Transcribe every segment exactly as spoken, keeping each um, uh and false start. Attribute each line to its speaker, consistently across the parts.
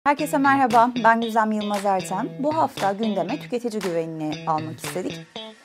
Speaker 1: Herkese merhaba, ben Güzem Yılmaz Ertem. Bu hafta gündeme tüketici güvenini almak istedik.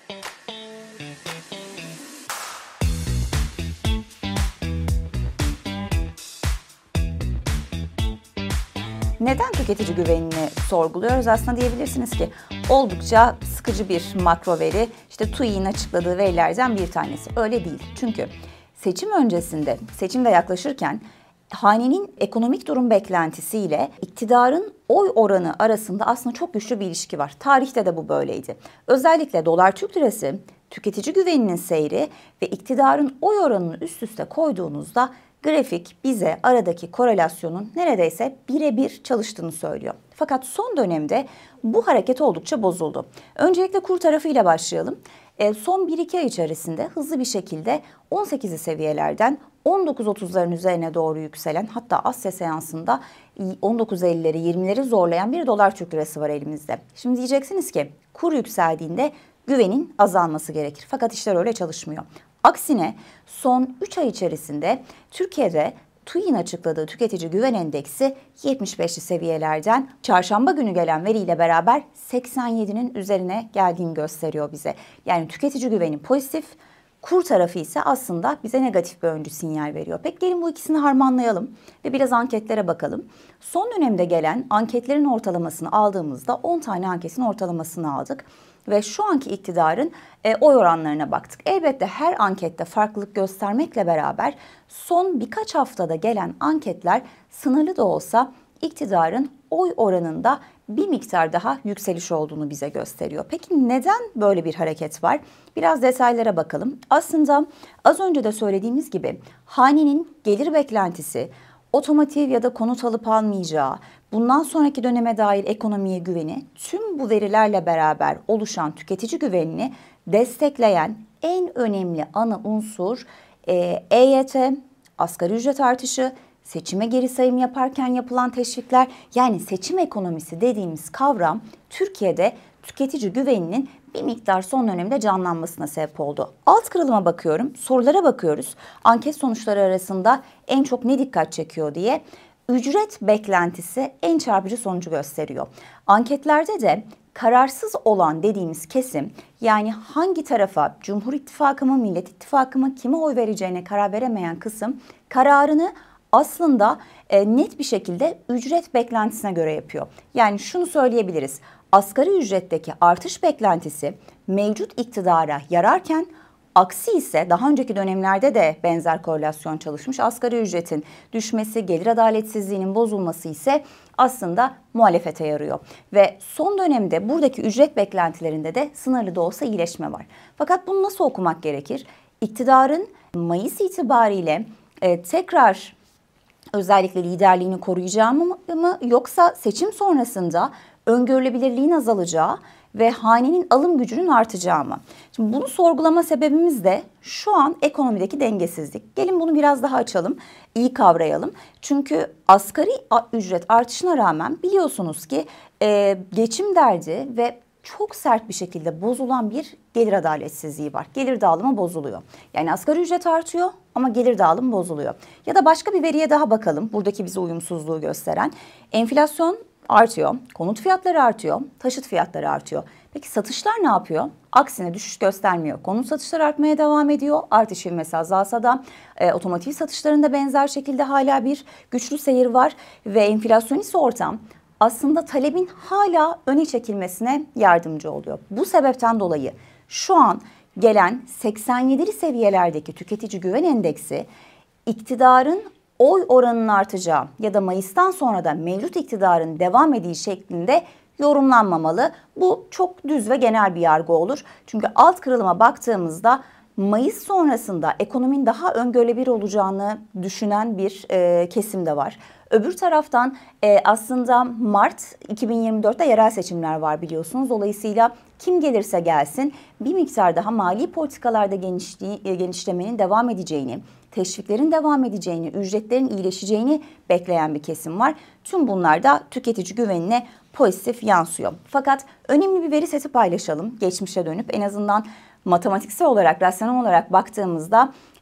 Speaker 1: Neden tüketici güvenini sorguluyoruz? Aslında diyebilirsiniz ki oldukça sıkıcı bir makro veri, işte TÜİK'in açıkladığı verilerden bir tanesi. Öyle değil. Çünkü seçim öncesinde, seçim de yaklaşırken hanenin ekonomik durum beklentisiyle iktidarın oy oranı arasında aslında çok güçlü bir ilişki var. Tarihte de bu böyleydi. Özellikle dolar Türk lirası, tüketici güveninin seyri ve iktidarın oy oranını üst üste koyduğunuzda grafik bize aradaki korelasyonun neredeyse birebir çalıştığını söylüyor. Fakat son dönemde bu hareket oldukça bozuldu. Öncelikle kur tarafıyla başlayalım. E, son bir iki ay içerisinde hızlı bir şekilde on sekizli seviyelerden on dokuz otuzların üzerine doğru yükselen, hatta Asya seansında on dokuz ellileri yirmileri zorlayan bir dolar Türk lirası var elimizde. Şimdi diyeceksiniz ki kur yükseldiğinde güvenin azalması gerekir. Fakat işler öyle çalışmıyor. Aksine son üç ay içerisinde Türkiye'de TÜİK'in açıkladığı tüketici güven endeksi yetmiş beşli seviyelerden çarşamba günü gelen veriyle beraber seksen yedinin üzerine geldiğini gösteriyor bize. Yani tüketici güveni pozitif, kur tarafı ise aslında bize negatif bir öncü sinyal veriyor. Peki gelin bu ikisini harmanlayalım ve biraz anketlere bakalım. Son dönemde gelen anketlerin ortalamasını aldığımızda on tane anketin ortalamasını aldık. Ve şu anki iktidarın e, oy oranlarına baktık. Elbette her ankette farklılık göstermekle beraber son birkaç haftada gelen anketler sınırlı da olsa iktidarın oy oranında bir miktar daha yükseliş olduğunu bize gösteriyor. Peki neden böyle bir hareket var? Biraz detaylara bakalım. Aslında az önce de söylediğimiz gibi hanenin gelir beklentisi, otomotiv ya da konut alıp almayacağı, bundan sonraki döneme dair ekonomiye güveni, tüm bu verilerle beraber oluşan tüketici güvenini destekleyen en önemli ana unsur e, EYT, asgari ücret artışı, seçime geri sayım yaparken yapılan teşvikler, yani seçim ekonomisi dediğimiz kavram Türkiye'de tüketici güveninin bir miktar son dönemde canlanmasına sebep oldu. Alt kırılıma bakıyorum, sorulara bakıyoruz. Anket sonuçları arasında en çok ne dikkat çekiyor diye. Ücret beklentisi en çarpıcı sonucu gösteriyor. Anketlerde de kararsız olan dediğimiz kesim, yani hangi tarafa, Cumhur İttifakı mı, Millet İttifakı mı, kime oy vereceğine karar veremeyen kısım kararını aslında e, net bir şekilde ücret beklentisine göre yapıyor. Yani şunu söyleyebiliriz. Asgari ücretteki artış beklentisi mevcut iktidara yararken, aksi ise daha önceki dönemlerde de benzer korelasyon çalışmış. Asgari ücretin düşmesi, gelir adaletsizliğinin bozulması ise aslında muhalefete yarıyor. Ve son dönemde buradaki ücret beklentilerinde de sınırlı da olsa iyileşme var. Fakat bunu nasıl okumak gerekir? İktidarın Mayıs itibariyle e, tekrar özellikle liderliğini koruyacağı mı, mı yoksa seçim sonrasında öngörülebilirliğin azalacağı ve hanenin alım gücünün artacağı mı? Şimdi bunu sorgulama sebebimiz de şu an ekonomideki dengesizlik. Gelin bunu biraz daha açalım, iyi kavrayalım. Çünkü asgari ücret artışına rağmen biliyorsunuz ki e, geçim derdi ve çok sert bir şekilde bozulan bir gelir adaletsizliği var. Gelir dağılımı bozuluyor. Yani asgari ücret artıyor ama gelir dağılımı bozuluyor. Ya da başka bir veriye daha bakalım. Buradaki bize uyumsuzluğu gösteren. Enflasyon artıyor, konut fiyatları artıyor, taşıt fiyatları artıyor. Peki satışlar ne yapıyor? Aksine düşüş göstermiyor. Konut satışları artmaya devam ediyor. Artış ivmesi azalsa da e, otomotiv satışlarında benzer şekilde hala bir güçlü seyir var. Ve enflasyonist ortam aslında talebin hala öne çekilmesine yardımcı oluyor. Bu sebepten dolayı şu an gelen seksen yedili seviyelerdeki tüketici güven endeksi iktidarın oy oranının artacağı ya da Mayıs'tan sonra da mevcut iktidarın devam ettiği şeklinde yorumlanmamalı. Bu çok düz ve genel bir yargı olur. Çünkü alt kırılıma baktığımızda Mayıs sonrasında ekonominin daha öngörülebilir olacağını düşünen bir e, kesim de var. Öbür taraftan e, aslında Mart iki bin yirmi dörtte yerel seçimler var biliyorsunuz. Dolayısıyla kim gelirse gelsin bir miktar daha mali politikalarda genişlemenin devam edeceğini, teşviklerin devam edeceğini, ücretlerin iyileşeceğini bekleyen bir kesim var. Tüm bunlar da tüketici güvenine pozitif yansıyor. Fakat önemli bir veri seti paylaşalım. Geçmişe dönüp en azından matematiksel olarak, rasyonel olarak baktığımızda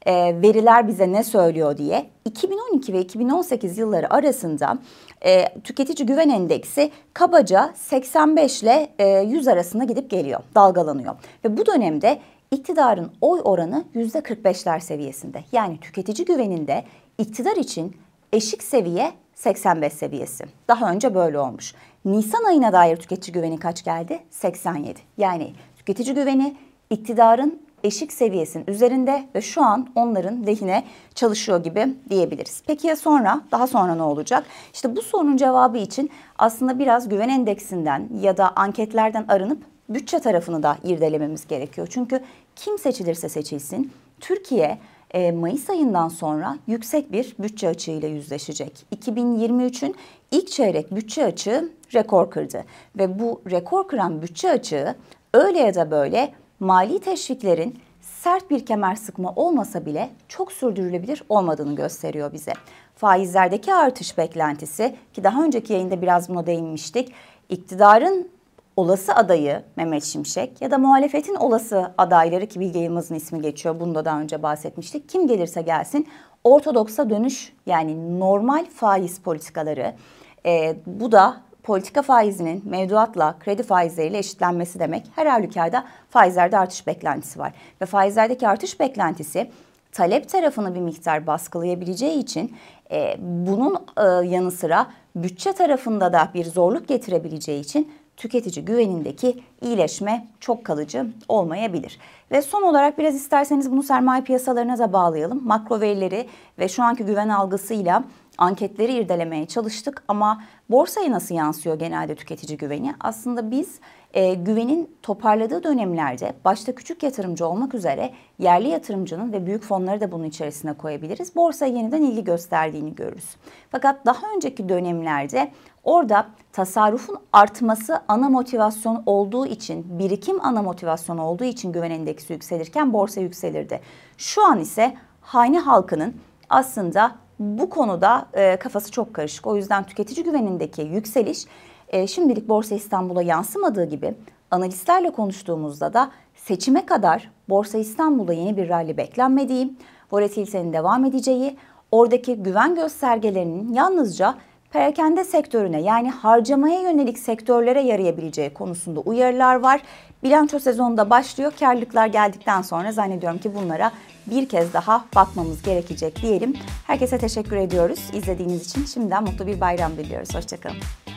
Speaker 1: e, veriler bize ne söylüyor diye. iki bin on iki ve iki bin on sekiz yılları arasında e, tüketici güven endeksi kabaca seksen beş ile yüz arasında gidip geliyor, dalgalanıyor. Ve bu dönemde iktidarın oy oranı yüzde kırk beşler seviyesinde. Yani tüketici güveninde iktidar için eşik seviye seksen beş seviyesi. Daha önce böyle olmuş. Nisan ayına dair tüketici güveni kaç geldi? seksen yedi. Yani tüketici güveni iktidarın eşik seviyesinin üzerinde ve şu an onların lehine çalışıyor gibi diyebiliriz. Peki ya sonra? Daha sonra ne olacak? İşte bu sorunun cevabı için aslında biraz güven endeksinden ya da anketlerden arınıp bütçe tarafını da irdelememiz gerekiyor. Çünkü kim seçilirse seçilsin Türkiye Mayıs ayından sonra yüksek bir bütçe açığıyla yüzleşecek. iki bin yirmi üçün ilk çeyrek bütçe açığı rekor kırdı ve bu rekor kıran bütçe açığı öyle ya da böyle mali teşviklerin sert bir kemer sıkma olmasa bile çok sürdürülebilir olmadığını gösteriyor bize. Faizlerdeki artış beklentisi, ki daha önceki yayında biraz buna değinmiştik, iktidarın olası adayı Mehmet Şimşek ya da muhalefetin olası adayları, ki Bilge Yılmaz'ın ismi geçiyor, bunu da daha önce bahsetmiştik. Kim gelirse gelsin ortodoksa dönüş, yani normal faiz politikaları, e, bu da politika faizinin mevduatla, kredi faizleriyle eşitlenmesi demek. Her halükarda faizlerde artış beklentisi var. Ve faizlerdeki artış beklentisi talep tarafını bir miktar baskılayabileceği için e, bunun e, yanı sıra bütçe tarafında da bir zorluk getirebileceği için tüketici güvenindeki iyileşme çok kalıcı olmayabilir. Ve son olarak biraz isterseniz bunu sermaye piyasalarına da bağlayalım. Makro verileri ve şu anki güven algısıyla anketleri irdelemeye çalıştık ama borsaya nasıl yansıyor genelde tüketici güveni? Aslında biz e, güvenin toparladığı dönemlerde başta küçük yatırımcı olmak üzere yerli yatırımcının ve büyük fonları da bunun içerisine koyabiliriz. Borsaya yeniden ilgi gösterdiğini görürüz. Fakat daha önceki dönemlerde orada tasarrufun artması ana motivasyon olduğu için, birikim ana motivasyon olduğu için güven endeksi yükselirken borsa yükselirdi. Şu an ise hane halkının aslında bu konuda e, kafası çok karışık. O yüzden tüketici güvenindeki yükseliş e, şimdilik Borsa İstanbul'a yansımadığı gibi analistlerle konuştuğumuzda da seçime kadar Borsa İstanbul'da yeni bir rally beklenmediği, volatilitenin devam edeceği, oradaki güven göstergelerinin yalnızca perakende sektörüne, yani harcamaya yönelik sektörlere yarayabileceği konusunda uyarılar var. Bilanço sezonu da başlıyor. Karlılıklar geldikten sonra zannediyorum ki bunlara bir kez daha bakmamız gerekecek diyelim. Herkese teşekkür ediyoruz. İzlediğiniz için şimdiden mutlu bir bayram diliyoruz. Hoşçakalın.